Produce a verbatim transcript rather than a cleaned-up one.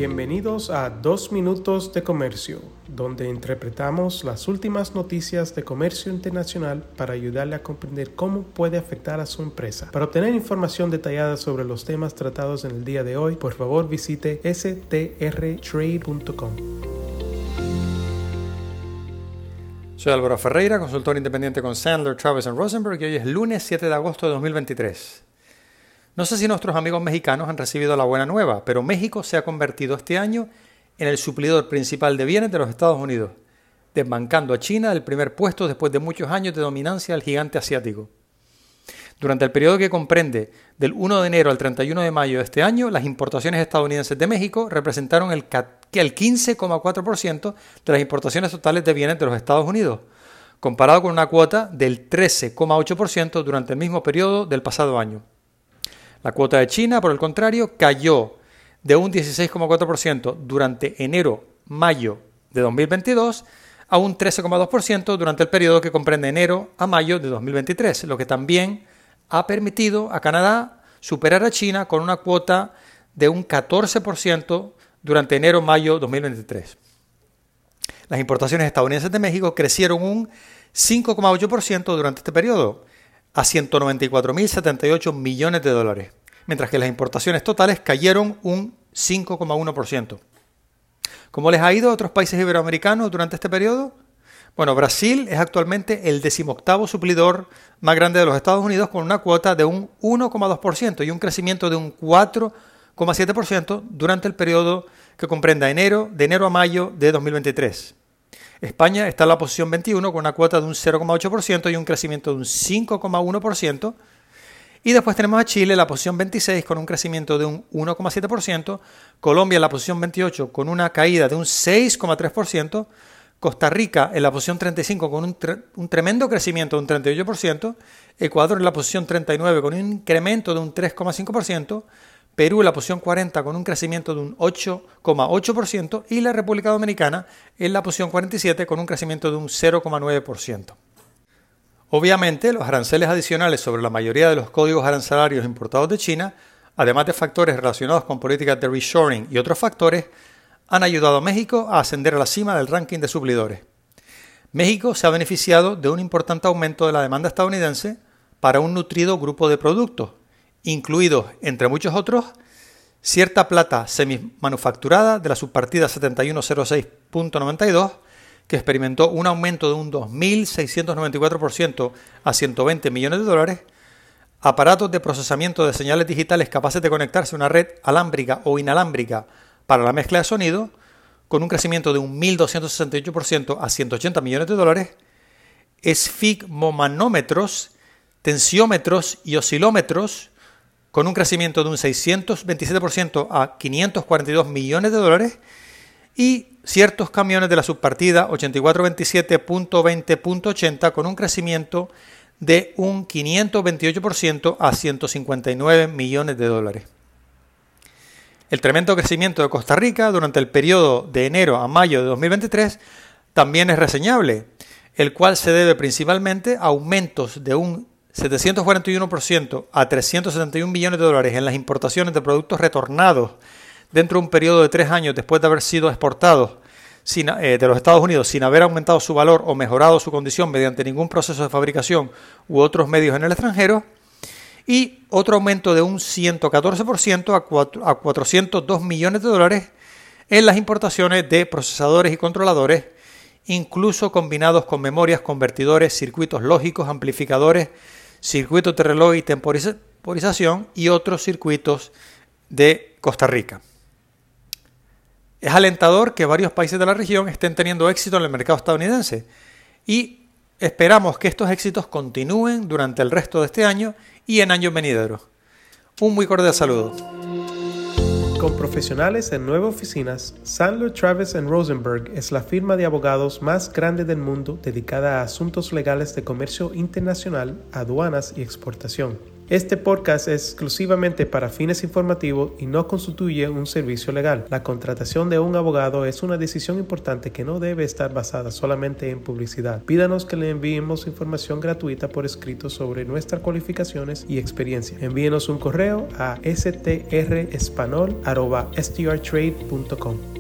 Bienvenidos a Dos Minutos de Comercio, donde interpretamos las últimas noticias de comercio internacional para ayudarle a comprender cómo puede afectar a su empresa. Para obtener información detallada sobre los temas tratados en el día de hoy, por favor visite s t r trade punto com. Soy Álvaro Ferreira, consultor independiente con Sandler, Travis and Rosenberg, y hoy es lunes siete de agosto de dos mil veintitrés. No sé si nuestros amigos mexicanos han recibido la buena nueva, pero México se ha convertido este año en el suplidor principal de bienes de los Estados Unidos, desbancando a China del primer puesto después de muchos años de dominancia del gigante asiático. Durante el periodo que comprende del primero de enero al treinta y uno de mayo de este año, las importaciones estadounidenses de México representaron el, el quince coma cuatro por ciento de las importaciones totales de bienes de los Estados Unidos, comparado con una cuota del trece coma ocho por ciento durante el mismo periodo del pasado año. La cuota de China, por el contrario, cayó de un dieciséis coma cuatro por ciento durante enero-mayo de dos mil veintidós a un trece coma dos por ciento durante el periodo que comprende enero a mayo de dos mil veintitrés, lo que también ha permitido a Canadá superar a China con una cuota de un catorce por ciento durante enero-mayo de dos mil veintitrés. Las importaciones estadounidenses de México crecieron un cinco coma ocho por ciento durante este periodo, a ciento noventa y cuatro mil setenta y ocho millones de dólares, mientras que las importaciones totales cayeron un cinco coma uno por ciento. ¿Cómo les ha ido a otros países iberoamericanos durante este periodo? Bueno, Brasil es actualmente el decimoctavo suplidor más grande de los Estados Unidos con una cuota de un uno coma dos por ciento y un crecimiento de un cuatro coma siete por ciento durante el periodo que comprenda enero, de enero a mayo de dos mil veintitrés. España está en la posición veintiuno con una cuota de un cero coma ocho por ciento y un crecimiento de un cinco coma uno por ciento. Y después tenemos a Chile en la posición veintiséis con un crecimiento de un uno coma siete por ciento, Colombia en la posición veintiocho con una caída de un seis coma tres por ciento, Costa Rica en la posición treinta y cinco con un, tre- un tremendo crecimiento de un treinta y ocho por ciento, Ecuador en la posición treinta y nueve con un incremento de un tres coma cinco por ciento, Perú en la posición cuarenta con un crecimiento de un ocho coma ocho por ciento y la República Dominicana en la posición cuarenta y siete con un crecimiento de un cero coma nueve por ciento. Obviamente, los aranceles adicionales sobre la mayoría de los códigos arancelarios importados de China, además de factores relacionados con políticas de reshoring y otros factores, han ayudado a México a ascender a la cima del ranking de suplidores. México se ha beneficiado de un importante aumento de la demanda estadounidense para un nutrido grupo de productos, incluidos, entre muchos otros, cierta plata semimanufacturada de la subpartida setenta y uno cero seis punto noventa y dos, que experimentó un aumento de un dos mil seiscientos noventa y cuatro por ciento a ciento veinte millones de dólares, aparatos de procesamiento de señales digitales capaces de conectarse a una red alámbrica o inalámbrica para la mezcla de sonido, con un crecimiento de un mil doscientos sesenta y ocho por ciento a ciento ochenta millones de dólares, esfigmomanómetros, tensiómetros y oscilómetros, con un crecimiento de un seiscientos veintisiete por ciento a quinientos cuarenta y dos millones de dólares, y ciertos camiones de la subpartida ochenta y cuatro veintisiete punto veinte punto ochenta con un crecimiento de un quinientos veintiocho por ciento a ciento cincuenta y nueve millones de dólares. El tremendo crecimiento de Costa Rica durante el periodo de enero a mayo de dos mil veintitrés también es reseñable, el cual se debe principalmente a aumentos de un setecientos cuarenta y uno por ciento a trescientos setenta y un millones de dólares en las importaciones de productos retornados dentro de un periodo de tres años después de haber sido exportados sin, eh, de los Estados Unidos sin haber aumentado su valor o mejorado su condición mediante ningún proceso de fabricación u otros medios en el extranjero, y otro aumento de un ciento catorce por ciento a, cuatro, a cuatrocientos dos millones de dólares en las importaciones de procesadores y controladores, incluso combinados con memorias, convertidores, circuitos lógicos, amplificadores, circuitos de reloj y temporización y otros circuitos de Costa Rica. Es alentador que varios países de la región estén teniendo éxito en el mercado estadounidense y esperamos que estos éxitos continúen durante el resto de este año y en años venideros. Un muy cordial saludo. Con profesionales en nueve oficinas, Sandler, Travis and Rosenberg es la firma de abogados más grande del mundo dedicada a asuntos legales de comercio internacional, aduanas y exportación. Este podcast es exclusivamente para fines informativos y no constituye un servicio legal. La contratación de un abogado es una decisión importante que no debe estar basada solamente en publicidad. Pídanos que le enviemos información gratuita por escrito sobre nuestras cualificaciones y experiencia. Envíenos un correo a s t r espanol arroba s t r trade punto com.